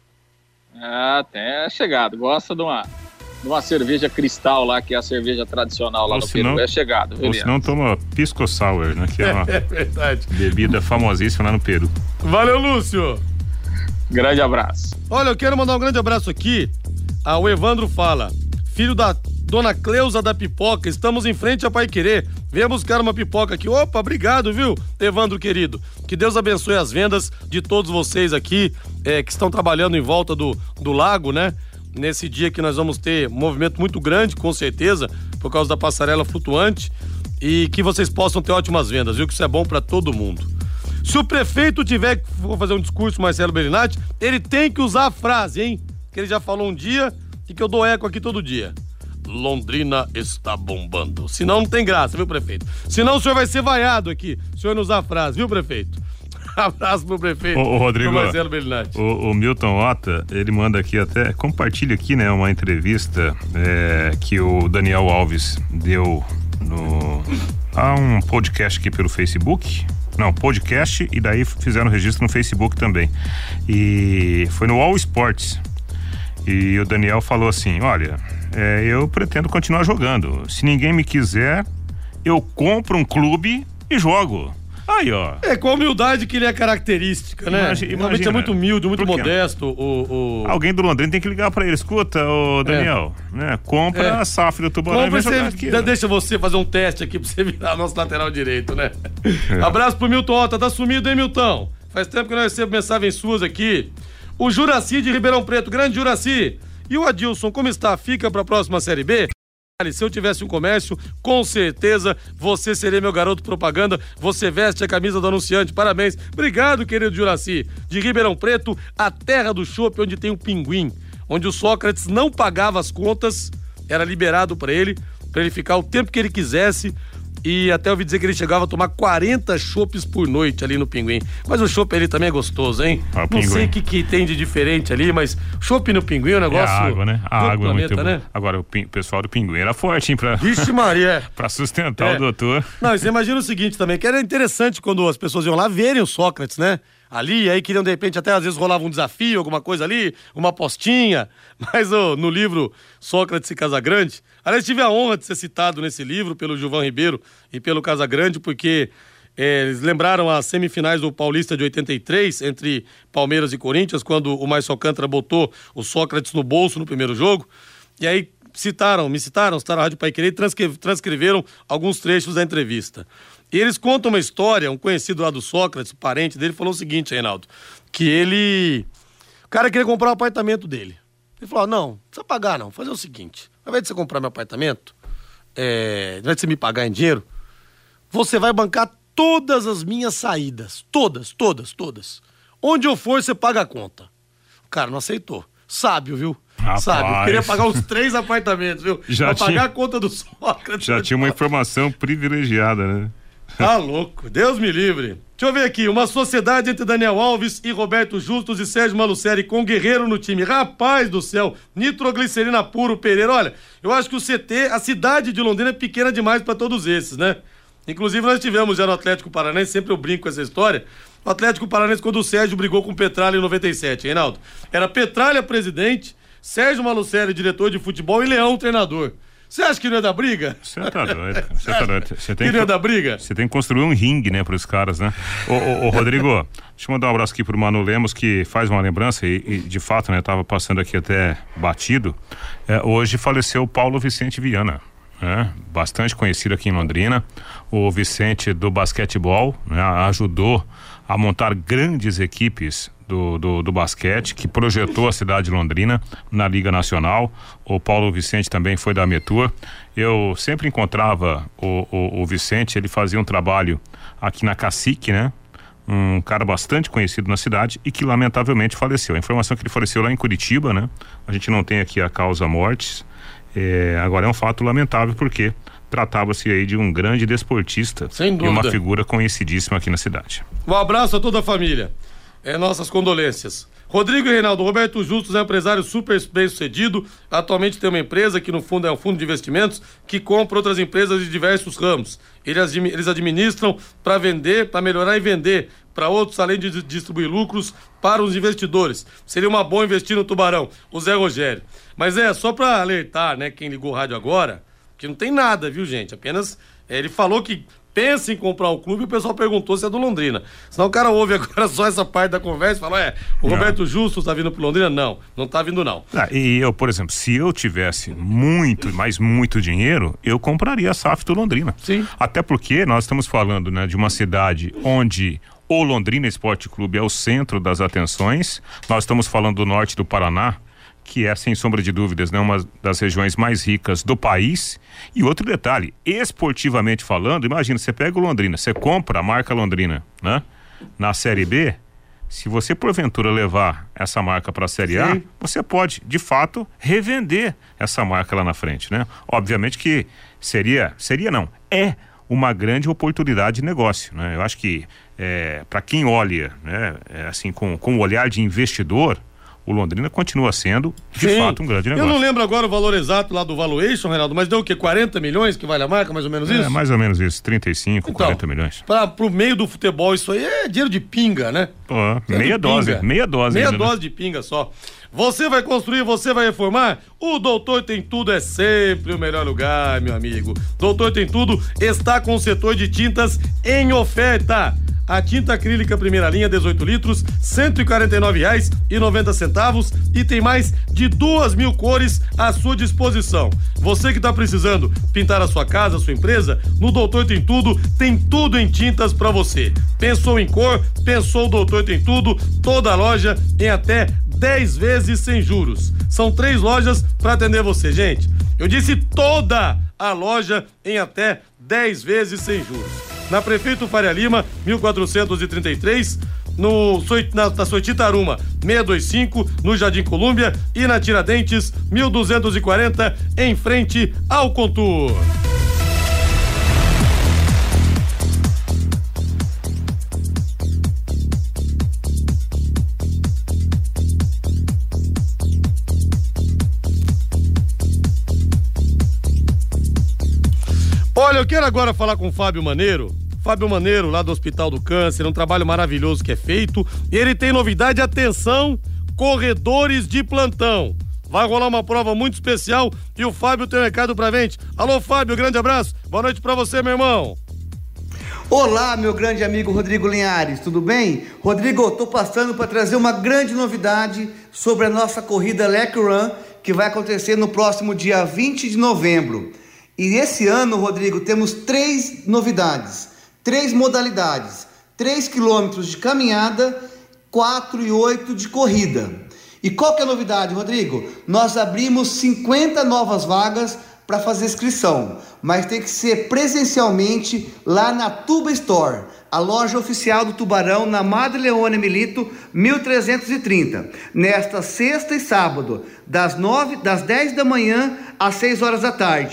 Ah, tem, é chegado. Gosta de uma cerveja Cristal lá, que é a cerveja tradicional lá no Peru. É chegado. Ou se não, toma Pisco Sour, né? Que é uma verdade. Bebida famosíssima lá no Peru. Valeu, Lúcio. Grande abraço. Olha, eu quero mandar um grande abraço aqui. O Evandro fala: filho da Dona Cleusa da Pipoca, estamos em frente a Paiquerê. Venha buscar uma pipoca aqui. Opa, obrigado, viu, Evandro querido. Que Deus abençoe as vendas de todos vocês aqui que estão trabalhando em volta do lago, né? Nesse dia que nós vamos ter um movimento muito grande, com certeza, por causa da passarela flutuante, e que vocês possam ter ótimas vendas, viu? Que isso é bom pra todo mundo. Se o prefeito tiver, vou fazer um discurso, Marcelo Bellinati, ele tem que usar a frase, hein? Que ele já falou um dia e que eu dou eco aqui todo dia. Londrina está bombando. Senão não tem graça, viu, prefeito? Senão o senhor vai ser vaiado aqui, se o senhor não usar a frase, viu, prefeito? Abraço pro prefeito. Ô Rodrigo, Marcelo Bellinati. O Milton Ota, ele manda aqui até, compartilha aqui, né, uma entrevista que o Daniel Alves deu a um podcast aqui pelo Facebook. Não, podcast, e daí fizeram registro no Facebook também. E foi no All Sports. E o Daniel falou assim: olha, eu pretendo continuar jogando. Se ninguém me quiser, eu compro um clube e jogo. Aí, ó. Com a humildade que ele é característica, né? Realmente é muito humilde, muito modesto. Alguém do Londrina tem que ligar pra ele. Escuta, Daniel, né? Compra a SAF do Tubarão e vai jogar aqui. Deixa você fazer um teste aqui pra você virar nosso lateral direito, né? Abraço pro Milton Ota. Tá sumido, hein, Milton? Faz tempo que nós recebemos mensagens suas aqui. O Juraci de Ribeirão Preto. Grande Juraci. E o Adilson, como está? Fica pra próxima Série B? Se eu tivesse um comércio, com certeza você seria meu garoto propaganda. Você veste a camisa do anunciante. Parabéns. Obrigado, querido Juraci. De Ribeirão Preto, a terra do chopp, onde tem um pinguim. Onde o Sócrates não pagava as contas, era liberado para ele ficar o tempo que ele quisesse. E até ouvi dizer que ele chegava a tomar 40 chopps por noite ali no Pinguim. Mas o chopp ali também é gostoso, hein? Não sei o que tem de diferente ali, mas chopp no Pinguim é um negócio... a água, né? A água planeta, é muito né? boa. Agora, o pessoal do Pinguim era forte, hein? Vixe Maria! Pra sustentar o doutor. Não, você imagina o seguinte também, que era interessante quando as pessoas iam lá verem o Sócrates, né? Ali, aí queriam de repente até às vezes rolava um desafio, alguma coisa ali, uma apostinha, mas no livro Sócrates e Casagrande, aliás, tive a honra de ser citado nesse livro pelo Gilvan Ribeiro e pelo Casagrande, porque eles lembraram as semifinais do Paulista de 83, entre Palmeiras e Corinthians, quando o Márcio Alcântara botou o Sócrates no bolso no primeiro jogo, e aí me citaram a Rádio Paiquerê e transcreveram alguns trechos da entrevista. E eles contam uma história, um conhecido lá do Sócrates, parente dele, falou o seguinte, Reinaldo, que o cara queria comprar o apartamento dele. Ele falou: não precisa pagar não, fazer o seguinte, ao invés de você comprar meu apartamento, ao invés de você me pagar em dinheiro, você vai bancar todas as minhas saídas, todas. Onde eu for, você paga a conta. O cara não aceitou. Sábio, viu? Rapaz. Sabe, queria pagar os 3 apartamentos, viu? Pra pagar a conta do Sócrates. Já tinha uma informação privilegiada, né? Tá louco, Deus me livre. Deixa eu ver aqui, uma sociedade entre Daniel Alves e Roberto Justus e Sérgio Malucelli com Guerreiro no time. Rapaz do céu, nitroglicerina puro, Pereira. Olha, eu acho que o CT, a cidade de Londrina é pequena demais pra todos esses, né? Inclusive nós tivemos já no Atlético Paranaense, sempre eu brinco com essa história, o Atlético Paranaense quando o Sérgio brigou com o Petralha em 97, Reinaldo. Era Petralha presidente, Sérgio Malucelli diretor de futebol e Leão treinador. Você acha que não é da briga? Você tá doido. Você tá doido. Você tem que não é da briga? Você tem que construir um ringue, né, pros caras, né? Ô, Rodrigo, deixa eu mandar um abraço aqui pro Mano Lemos, que faz uma lembrança e de fato, né, tava passando aqui até batido. Hoje faleceu o Paulo Vicente Viana, né? Bastante conhecido aqui em Londrina. O Vicente do basquetebol, né, ajudou a montar grandes equipes do basquete, que projetou a cidade de Londrina na Liga Nacional. O Paulo Vicente também foi da Metur. Eu sempre encontrava o Vicente, ele fazia um trabalho aqui na Cacique, né? Um cara bastante conhecido na cidade e que lamentavelmente faleceu. A informação que ele faleceu lá em Curitiba, né? A gente não tem aqui a causa mortes. Agora é um fato lamentável porque tratava-se aí de um grande desportista e uma figura conhecidíssima aqui na cidade. Um abraço a toda a família. Nossas condolências. Rodrigo e Reinaldo, Roberto Justus é um empresário super bem sucedido, atualmente tem uma empresa que no fundo é um fundo de investimentos que compra outras empresas de diversos ramos. Eles administram para vender, para melhorar e vender para outros, além de distribuir lucros para os investidores. Seria uma boa investir no Tubarão, o Zé Rogério. Mas só para alertar, né, quem ligou o rádio agora, que não tem nada, viu, gente? Apenas ele falou que pensa em comprar o clube e o pessoal perguntou se é do Londrina. Senão o cara ouve agora só essa parte da conversa e fala, o Roberto Justus tá vindo pro Londrina? Não tá vindo não. E eu, por exemplo, se eu tivesse muito, mas muito dinheiro, eu compraria a SAF do Londrina. Sim. Até porque nós estamos falando, né, de uma cidade onde o Londrina Esporte Clube é o centro das atenções. Nós estamos falando do norte do Paraná, que é, sem sombra de dúvidas, né, uma das regiões mais ricas do país. E outro detalhe, esportivamente falando, imagina, você pega o Londrina, você compra a marca Londrina, né? Na Série B, se você porventura levar essa marca para a Série A, você pode, de fato, revender essa marca lá na frente, né? Obviamente que é uma grande oportunidade de negócio, né? Eu acho que para quem olha, né, assim, com o olhar de investidor, o Londrina continua sendo, de fato, um grande negócio. Eu não lembro agora o valor exato lá do valuation, Reinaldo, mas deu o quê? 40 milhões que vale a marca, mais ou menos isso? Mais ou menos isso, 35, então, 40 milhões. Pro meio do futebol, isso aí é dinheiro de pinga, né? Meia dose de pinga só. Você vai construir, você vai reformar? O Doutor Tem Tudo é sempre o melhor lugar, meu amigo. Doutor Tem Tudo está com o setor de tintas em oferta. A tinta acrílica primeira linha, 18 litros, R$ 149,90 e tem mais de 2.000 cores à sua disposição. Você que está precisando pintar a sua casa, a sua empresa, no Doutor Tem tudo em tintas para você. Pensou em cor? Pensou o Doutor Tem Tudo, toda a loja em até 10 vezes sem juros. São 3 lojas para atender você, gente. Eu disse toda a loja em até 10 vezes sem juros. Na Prefeito Faria Lima, 1433, na Soititaruma, 625, no Jardim Colúmbia e na Tiradentes, 1240, em frente ao Contour. Olha, eu quero agora falar com o Fábio Maneiro, lá do Hospital do Câncer, um trabalho maravilhoso que é feito, e ele tem novidade, atenção, corredores de plantão. Vai rolar uma prova muito especial e o Fábio tem um recado pra gente. Alô, Fábio, grande abraço, boa noite pra você, meu irmão. Olá, meu grande amigo Rodrigo Linhares, tudo bem? Rodrigo, tô passando para trazer uma grande novidade sobre a nossa corrida Lec Run, que vai acontecer no próximo dia 20 de novembro. E esse ano, Rodrigo, temos 3 novidades, 3 modalidades, 3 quilômetros de caminhada, 4 e 8 de corrida. E qual que é a novidade, Rodrigo? Nós abrimos 50 novas vagas para fazer inscrição, mas tem que ser presencialmente lá na Tuba Store, a loja oficial do Tubarão, na Madre Leone Milito, 1330, nesta sexta e sábado, das 10 da manhã às 6 horas da tarde.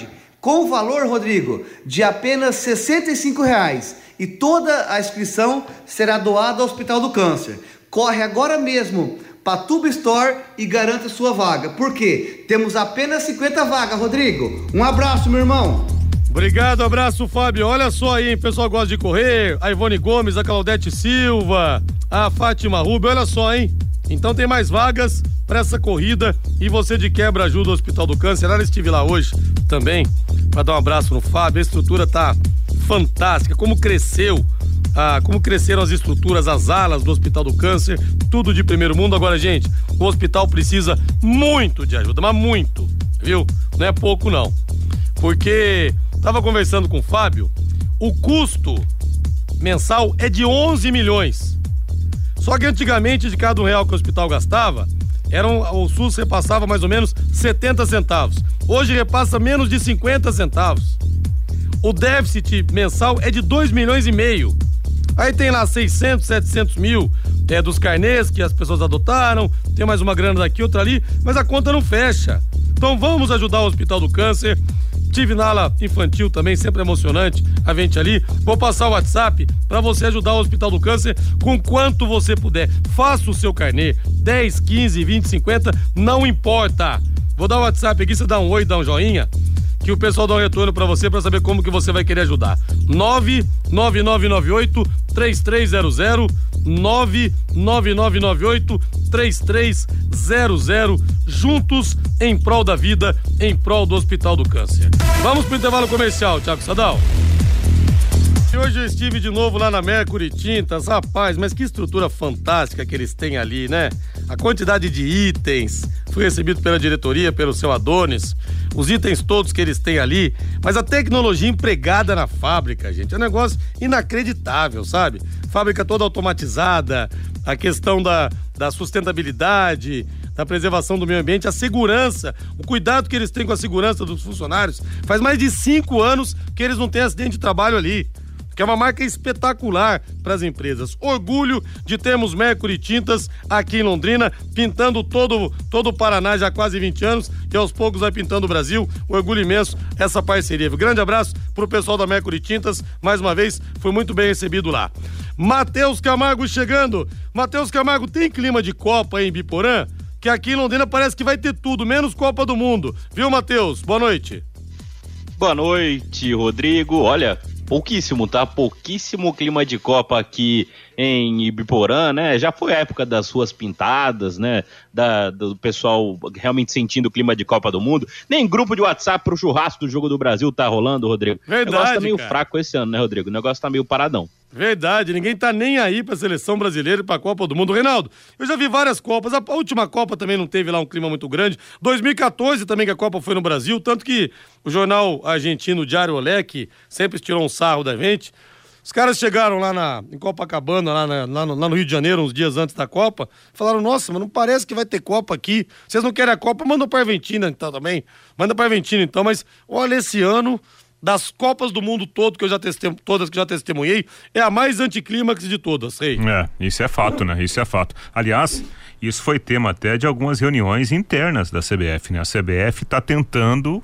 com o valor, Rodrigo, de apenas R$ 65,00. E toda a inscrição será doada ao Hospital do Câncer. Corre agora mesmo para Tuba Store e garanta sua vaga. Por quê? Temos apenas 50 vagas, Rodrigo. Um abraço, meu irmão. Obrigado, abraço, Fábio. Olha só aí, o pessoal gosta de correr. A Ivone Gomes, a Claudete Silva, a Fátima Rubio, olha só, hein? Então tem mais vagas para essa corrida e você de quebra ajuda o Hospital do Câncer. Eu estive lá hoje também para dar um abraço no Fábio. A estrutura tá fantástica, como cresceram as estruturas, as alas do Hospital do Câncer, tudo de primeiro mundo. Agora, gente, o hospital precisa muito de ajuda, mas muito, viu? Não é pouco não, porque tava conversando com o Fábio, o custo mensal é de 11 milhões. Só que antigamente, de cada R$1 que o hospital gastava, o SUS repassava mais ou menos 70 centavos. Hoje repassa menos de 50 centavos. O déficit mensal é de 2,5 milhões. Aí tem lá 600, 700 mil dos carnês que as pessoas adotaram, tem mais uma grana daqui, outra ali, mas a conta não fecha. Então vamos ajudar o Hospital do Câncer. Tive na ala infantil também, sempre emocionante a gente ali. Vou passar o WhatsApp para você ajudar o Hospital do Câncer com quanto você puder. Faça o seu carnê, 10, 15, 20, 50, não importa. Vou dar o WhatsApp aqui, você dá um oi, dá um joinha, que o pessoal dá um retorno pra você, pra saber como que você vai querer ajudar. 99998-3300, 99998-3300, juntos em prol da vida, em prol do Hospital do Câncer. Vamos pro intervalo comercial, Thiago Sadal. Hoje eu estive de novo lá na Mercury Tintas, rapaz, mas que estrutura fantástica que eles têm ali, né? A quantidade de itens, fui recebido pela diretoria, pelo seu Adonis, os itens todos que eles têm ali, mas a tecnologia empregada na fábrica, gente, é um negócio inacreditável, sabe? Fábrica toda automatizada, a questão da sustentabilidade, da preservação do meio ambiente, a segurança, o cuidado que eles têm com a segurança dos funcionários. Faz mais de 5 anos que eles não têm acidente de trabalho ali, que é uma marca espetacular para as empresas. Orgulho de termos Mercury Tintas aqui em Londrina, pintando todo o Paraná já há quase 20 anos, e aos poucos vai pintando o Brasil. Orgulho imenso essa parceria. Grande abraço pro pessoal da Mercury Tintas, mais uma vez, foi muito bem recebido lá. Matheus Camargo chegando. Matheus Camargo, tem clima de Copa aí em Biporã? Que aqui em Londrina parece que vai ter tudo, menos Copa do Mundo. Viu, Matheus? Boa noite. Boa noite, Rodrigo. Olha, pouquíssimo, tá? Pouquíssimo clima de Copa aqui em Ibiporã, né? Já foi a época das ruas pintadas, né? Do pessoal realmente sentindo o clima de Copa do Mundo. Nem grupo de WhatsApp pro churrasco do Jogo do Brasil tá rolando, Rodrigo. Verdade, o negócio tá meio cara. fraco esse ano, né, Rodrigo? O negócio tá meio paradão. Verdade, ninguém tá nem aí pra seleção brasileira e pra Copa do Mundo. Reinaldo, eu já vi várias Copas, a última Copa também não teve lá um clima muito grande, 2014 também que a Copa foi no Brasil, tanto que o jornal argentino Diário Olé, que sempre tirou um sarro da gente, os caras chegaram lá em Copacabana, lá no Rio de Janeiro, uns dias antes da Copa, falaram, nossa, mas não parece que vai ter Copa aqui, vocês não querem a Copa, manda pra Argentina então também, manda pra Argentina então, mas olha, esse ano, das Copas do Mundo todas que eu já testemunhei, é a mais anticlímax de todas, sei. Isso é fato, né? Isso é fato. Aliás, isso foi tema até de algumas reuniões internas da CBF, né? A CBF está tentando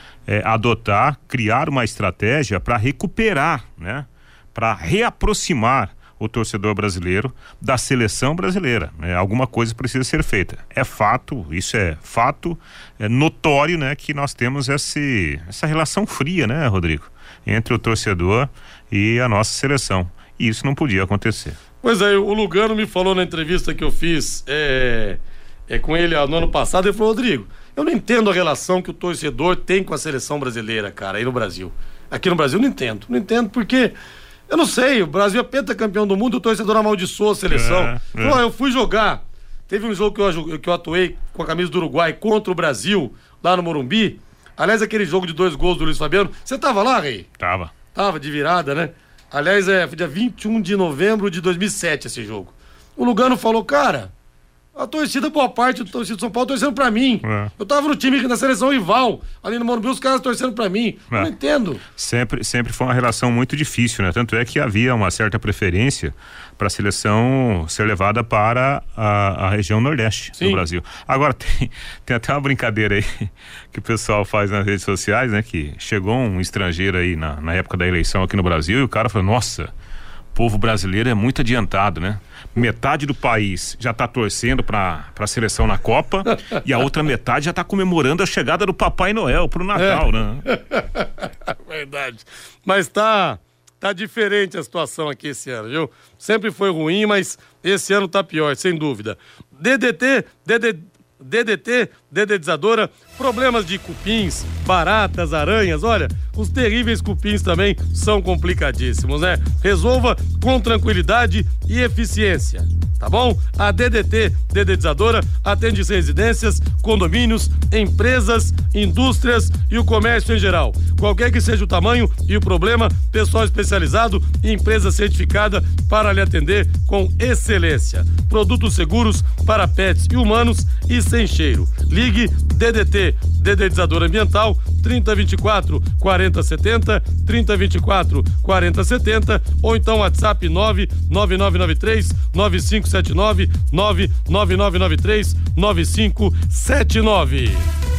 criar uma estratégia para recuperar, né? Para reaproximar o torcedor brasileiro da seleção brasileira, né? Alguma coisa precisa ser feita. É fato, isso é fato, é notório, né? Que nós temos essa relação fria, né, Rodrigo? Entre o torcedor e a nossa seleção. E isso não podia acontecer. Pois é, o Lugano me falou na entrevista que eu fiz com ele no ano passado, ele falou, Rodrigo, eu não entendo a relação que o torcedor tem com a seleção brasileira, cara, aí no Brasil. Aqui no Brasil não entendo porque... Eu não sei, o Brasil é pentacampeão do mundo, o torcedor amaldiçoou a seleção. Eu fui jogar, teve um jogo que eu atuei com a camisa do Uruguai contra o Brasil, lá no Morumbi. Aliás, aquele jogo de 2 gols do Luiz Fabiano. Você tava lá, Rei? Tava de virada, né? Aliás, foi dia 21 de novembro de 2007 esse jogo. O Lugano falou, cara, A torcida, boa parte do torcida de São Paulo torcendo pra mim. Eu tava no time na seleção rival, ali no Morumbi, os caras torcendo pra mim. Eu não entendo. Sempre foi uma relação muito difícil, né? Tanto é que havia uma certa preferência para a seleção ser levada para a região nordeste do Brasil. Agora, tem até uma brincadeira aí que o pessoal faz nas redes sociais, né? Que chegou um estrangeiro aí na época da eleição aqui no Brasil e o cara falou, nossa, o povo brasileiro é muito adiantado, né? Metade do país já tá torcendo pra seleção na Copa e a outra metade já tá comemorando a chegada do Papai Noel pro Natal, né? Verdade. Mas tá diferente a situação aqui esse ano, viu? Sempre foi ruim, mas esse ano tá pior, sem dúvida. Dedetizadora, problemas de cupins, baratas, aranhas, olha, os terríveis cupins também são complicadíssimos, né? Resolva com tranquilidade e eficiência, tá bom? A Dedetizadora atende residências, condomínios, empresas, indústrias e o comércio em geral. Qualquer que seja o tamanho e o problema, pessoal especializado e empresa certificada para lhe atender com excelência. Produtos seguros para pets e humanos e sem cheiro. Ligue Dedetizadora Ambiental 3024 4070, 3024 4070 ou então WhatsApp 99993 9579, 99993 9579.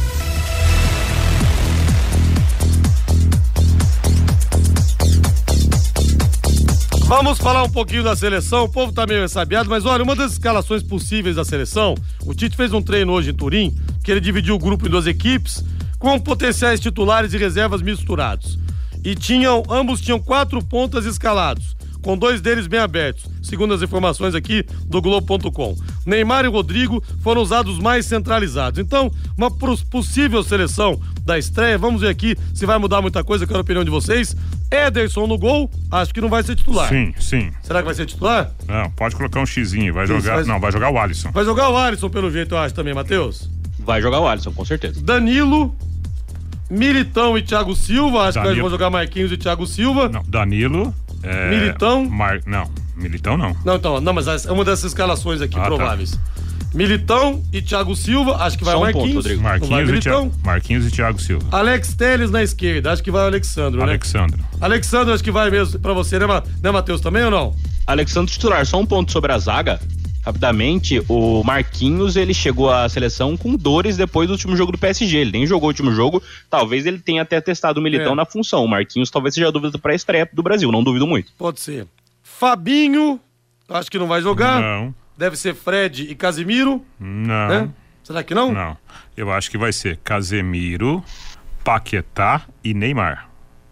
Vamos falar um pouquinho da seleção, o povo tá meio ressabiado, mas olha, uma das escalações possíveis da seleção, o Tite fez um treino hoje em Turim, que ele dividiu o grupo em 2 equipes, com potenciais titulares e reservas misturados. E ambos tinham 4 pontas escalados, com 2 deles bem abertos, segundo as informações aqui do Globo.com. Neymar e Rodrigo foram usados mais centralizados. Então, uma possível seleção da estreia, vamos ver aqui se vai mudar muita coisa, quero a opinião de vocês. Ederson no gol, acho que não vai ser titular. Sim. Será que vai ser titular? Não, pode colocar um xizinho, vai jogar o Alisson. Vai jogar o Alisson pelo jeito, eu acho também, Matheus. Vai jogar o Alisson, com certeza. Danilo, Militão e Thiago Silva, acho que eles vão jogar Marquinhos e Thiago Silva. Não, Danilo... Militão? Não, Militão não. Não, mas é uma dessas escalações aqui prováveis. Tá. Militão e Thiago Silva, acho que vai o Marquinhos. Marquinhos e Thiago Silva. Alex Telles na esquerda, acho que vai o Alexandro, né? Alexandro, acho que vai mesmo pra você, né, Matheus, também ou não? Alexandro titular, só um ponto sobre a zaga. Rapidamente, o Marquinhos, ele chegou à seleção com dores depois do último jogo do PSG, ele nem jogou o último jogo, talvez ele tenha até testado o Militão na função, o Marquinhos talvez seja a dúvida para a estreia do Brasil, não duvido muito. Pode ser. Fabinho, acho que não vai jogar. Não. Deve ser Fred e Casemiro. Não. Né? Será que não? Não, eu acho que vai ser Casemiro, Paquetá e Neymar.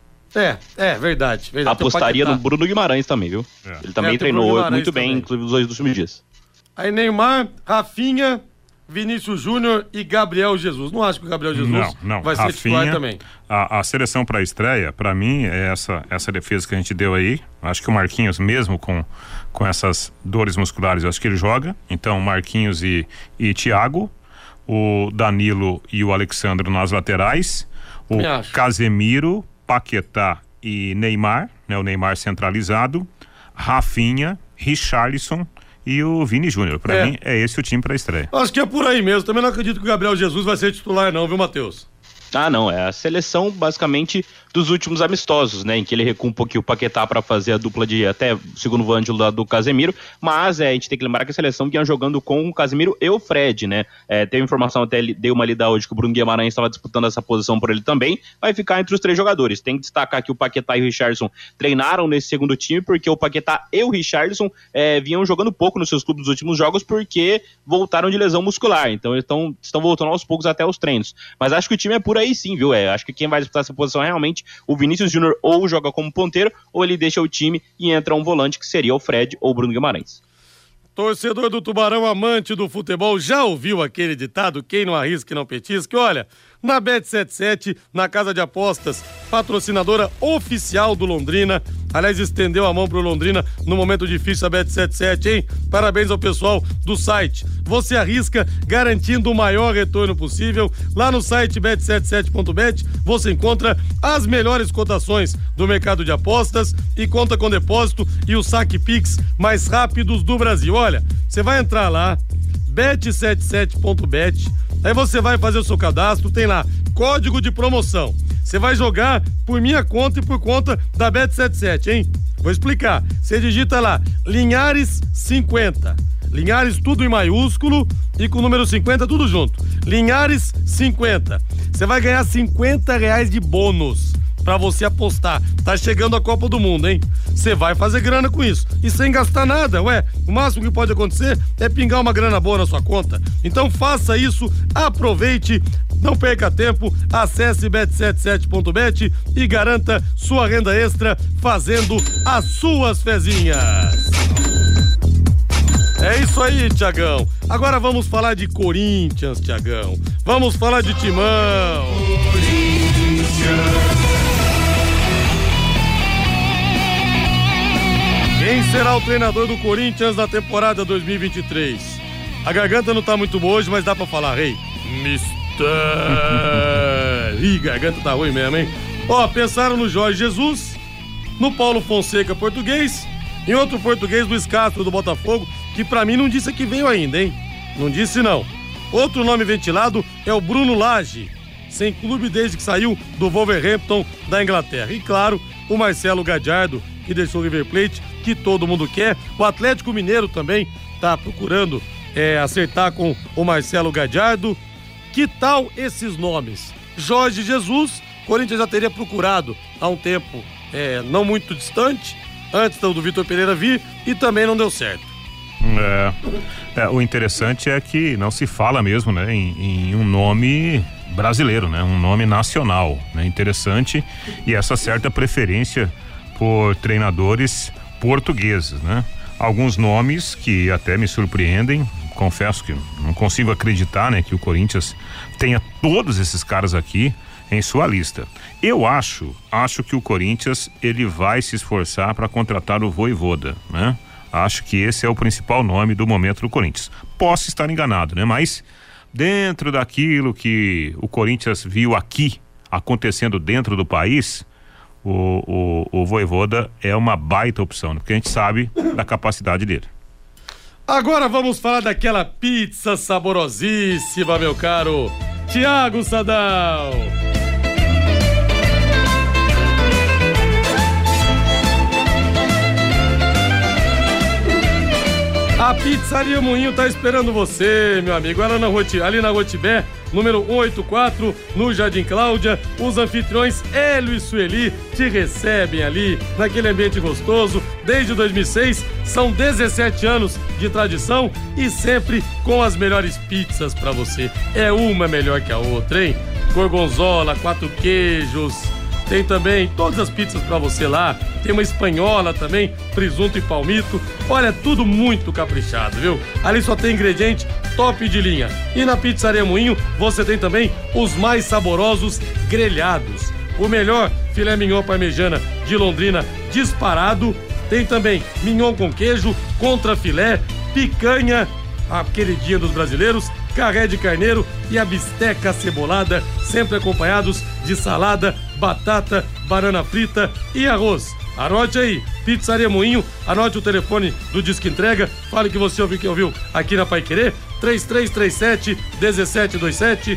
Verdade. Apostaria no Bruno Guimarães também, viu? Ele também treinou muito bem, inclusive nos 2 últimos dias. Aí Neymar, Rafinha, Vinícius Júnior e Gabriel Jesus. Não acho que o Gabriel Jesus vai ser titular também. A seleção para a estreia, para mim, é essa defesa que a gente deu aí. Acho que o Marquinhos, mesmo com essas dores musculares, eu acho que ele joga. Então, Marquinhos e Thiago, o Danilo e o Alexandre nas laterais, o Casemiro, Paquetá e Neymar, né? O Neymar centralizado, Rafinha, Richarlison e o Vini Júnior. Pra mim, é esse o time pra estreia. Acho que é por aí mesmo. Também não acredito que o Gabriel Jesus vai ser titular não, viu, Matheus? Não, é a seleção basicamente dos últimos amistosos, né, em que ele recua um pouquinho o Paquetá para fazer a dupla de até o segundo volante do Casemiro, mas a gente tem que lembrar que a seleção vinha jogando com o Casemiro e o Fred, né, teve informação, até deu uma lida hoje que o Bruno Guimarães estava disputando essa posição por ele também, vai ficar entre os 3 jogadores. Tem que destacar que o Paquetá e o Richarlison treinaram nesse segundo time, porque o Paquetá e o Richarlison vinham jogando pouco nos seus clubes nos últimos jogos, porque voltaram de lesão muscular, então eles estão voltando aos poucos até os treinos, mas acho que o time é por aí sim, viu, acho que quem vai disputar essa posição é realmente o Vinícius Júnior, ou joga como ponteiro, ou ele deixa o time e entra um volante que seria o Fred ou o Bruno Guimarães. Torcedor do Tubarão, amante do futebol, já ouviu aquele ditado, quem não arrisca e não petisca? Olha, na Bet77, na casa de apostas, patrocinadora oficial do Londrina, aliás, estendeu a mão pro Londrina no momento difícil a Bet77, hein? Parabéns ao pessoal do site. Você arrisca garantindo o maior retorno possível. Lá no site bet77.bet você encontra as melhores cotações do mercado de apostas e conta com depósito e o saque Pix mais rápidos do Brasil. Olha, você vai entrar lá, bet77.bet. Aí você vai fazer o seu cadastro, tem lá código de promoção. Você vai jogar por minha conta e por conta da Bet77, hein? Vou explicar. Você digita lá Linhares 50. Linhares tudo em maiúsculo e com o número 50 tudo junto. Linhares 50. Você vai ganhar R$50 de bônus pra você apostar. Tá chegando a Copa do Mundo, hein? Você vai fazer grana com isso. E sem gastar nada, ué. O máximo que pode acontecer é pingar uma grana boa na sua conta. Então faça isso, aproveite, não perca tempo, acesse bet77.bet e garanta sua renda extra fazendo as suas fezinhas. É isso aí, Tiagão. Agora vamos falar de Corinthians, Tiagão. Vamos falar de Timão. Quem será o treinador do Corinthians na temporada 2023? A garganta não tá muito boa hoje, mas dá pra falar, rei. Mistério. Ih, garganta tá ruim mesmo, hein? Ó, pensaram no Jorge Jesus, no Paulo Fonseca, português, e outro português, Luiz Castro, do Botafogo, que pra mim não disse que veio ainda, hein? Não disse não. Outro nome ventilado é o Bruno Lage, sem clube desde que saiu do Wolverhampton da Inglaterra. E claro, o Marcelo Gadiardo, que deixou o River Plate, que todo mundo quer. O Atlético Mineiro também tá procurando acertar com o Marcelo Gadiardo. Que tal esses nomes? Jorge Jesus, Corinthians já teria procurado há um tempo não muito distante, antes do Vitor Pereira vir, e também não deu certo. O interessante é que não se fala mesmo, né, em um nome brasileiro, né, um nome nacional, né, interessante, e essa certa preferência por treinadores portugueses, né? Alguns nomes que até me surpreendem, confesso que não consigo acreditar, né, que o Corinthians tenha todos esses caras aqui em sua lista. Eu acho que o Corinthians ele vai se esforçar para contratar o Vojvoda, né? Acho que esse é o principal nome do momento do Corinthians. Posso estar enganado, né? Mas dentro daquilo que o Corinthians viu aqui acontecendo dentro do país, o Vojvoda é uma baita opção, né? Porque a gente sabe da capacidade dele. Agora vamos falar daquela pizza saborosíssima, meu caro Thiago Sadal. A Pizzaria Moinho tá esperando você, meu amigo. Ela ali na Rua Tibé, número 184, no Jardim Cláudia. Os anfitriões Hélio e Sueli te recebem ali, naquele ambiente gostoso. Desde 2006, são 17 anos de tradição e sempre com as melhores pizzas pra você. É uma melhor que a outra, hein? Gorgonzola, 4 queijos. Tem também todas as pizzas pra você lá. Tem uma espanhola também, presunto e palmito. Olha, tudo muito caprichado, viu? Ali só tem ingrediente top de linha. E na Pizzaria Moinho você tem também os mais saborosos grelhados. O melhor filé mignon parmegiana de Londrina disparado. Tem também mignon com queijo, contrafilé, picanha, a queridinha dos brasileiros, carré de carneiro e a bisteca cebolada, sempre acompanhados de salada, batata, banana frita e arroz. Anote aí, Pizzaria Moinho, anote o telefone do Disque Entrega, fale que você ouviu aqui na Paiquerê, 3337-1727,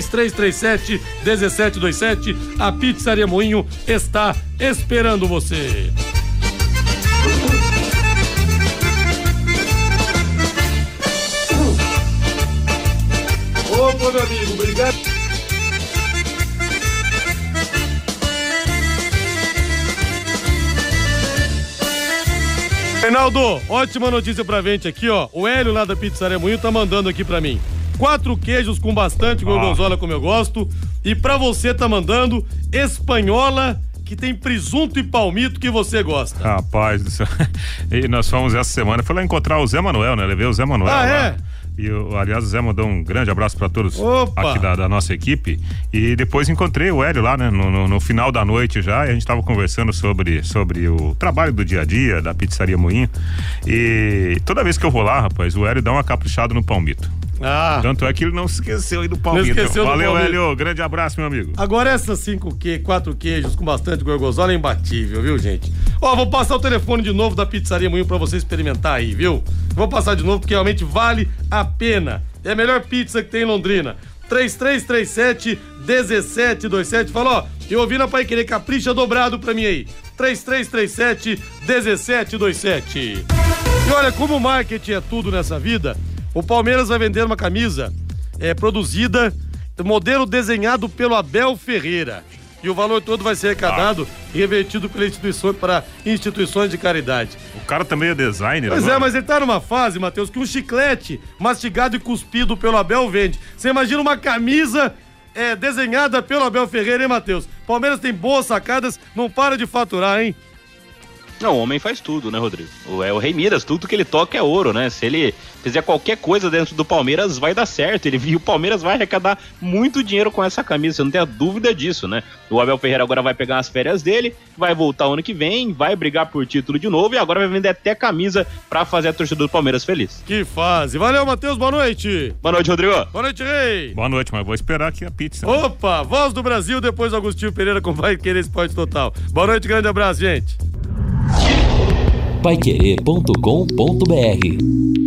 3337-1727, a Pizzaria Moinho está esperando você. Opa, meu amigo, obrigado. Reinaldo, ótima notícia pra gente aqui, ó. O Hélio lá da Pizzaria Moinho tá mandando aqui pra mim 4 queijos com bastante gorgonzola, como eu gosto. E pra você tá mandando espanhola, que tem presunto e palmito, que você gosta. Rapaz do céu. E nós fomos essa semana, foi lá encontrar o Zé Manuel, né? Levei o Zé Manuel lá. É? E aliás, o Zé mandou um grande abraço pra todos aqui da nossa equipe. E depois encontrei o Hélio lá, né? No final da noite já, e a gente tava conversando sobre o trabalho do dia a dia da Pizzaria Moinho. E toda vez que eu vou lá, rapaz, o Hélio dá uma caprichada no palmito. Tanto é que ele não se esqueceu aí do Palmito. Valeu, Hélio. Grande abraço, meu amigo. Agora essas 4 queijos com bastante gorgonzola é imbatível, viu, gente? Vou passar o telefone de novo da Pizzaria Moinho pra você experimentar aí, viu? Vou passar de novo porque realmente vale a pena. É a melhor pizza que tem em Londrina. 3337-1727. Fala, eu ouvi na Pai Querer, capricha dobrado pra mim aí. 3337-1727. E olha, como o marketing é tudo nessa vida, o Palmeiras vai vender uma camisa produzida, modelo desenhado pelo Abel Ferreira. E o valor todo vai ser arrecadado e revertido para instituições de caridade. O cara também é designer, Pois é, mas ele tá numa fase, Matheus, que um chiclete mastigado e cuspido pelo Abel vende. Você imagina uma camisa desenhada pelo Abel Ferreira, hein, Matheus? Palmeiras tem boas sacadas, não para de faturar, hein? Não, o homem faz tudo, né, Rodrigo? É o Rei Midas, tudo que ele toca é ouro, né? Se ele fizer qualquer coisa dentro do Palmeiras, vai dar certo. E o Palmeiras vai arrecadar muito dinheiro com essa camisa, você não tem a dúvida disso, né? O Abel Ferreira agora vai pegar as férias dele, vai voltar ano que vem, vai brigar por título de novo e agora vai vender até camisa pra fazer a torcida do Palmeiras feliz. Que fase! Valeu, Matheus, boa noite! Boa noite, Rodrigo! Boa noite, Rei! Boa noite, mas vou esperar aqui a pizza. Opa! Voz do Brasil, depois Agostinho Pereira com Vai Querer Esporte Total. Boa noite, grande abraço, gente! paiquerê.com.br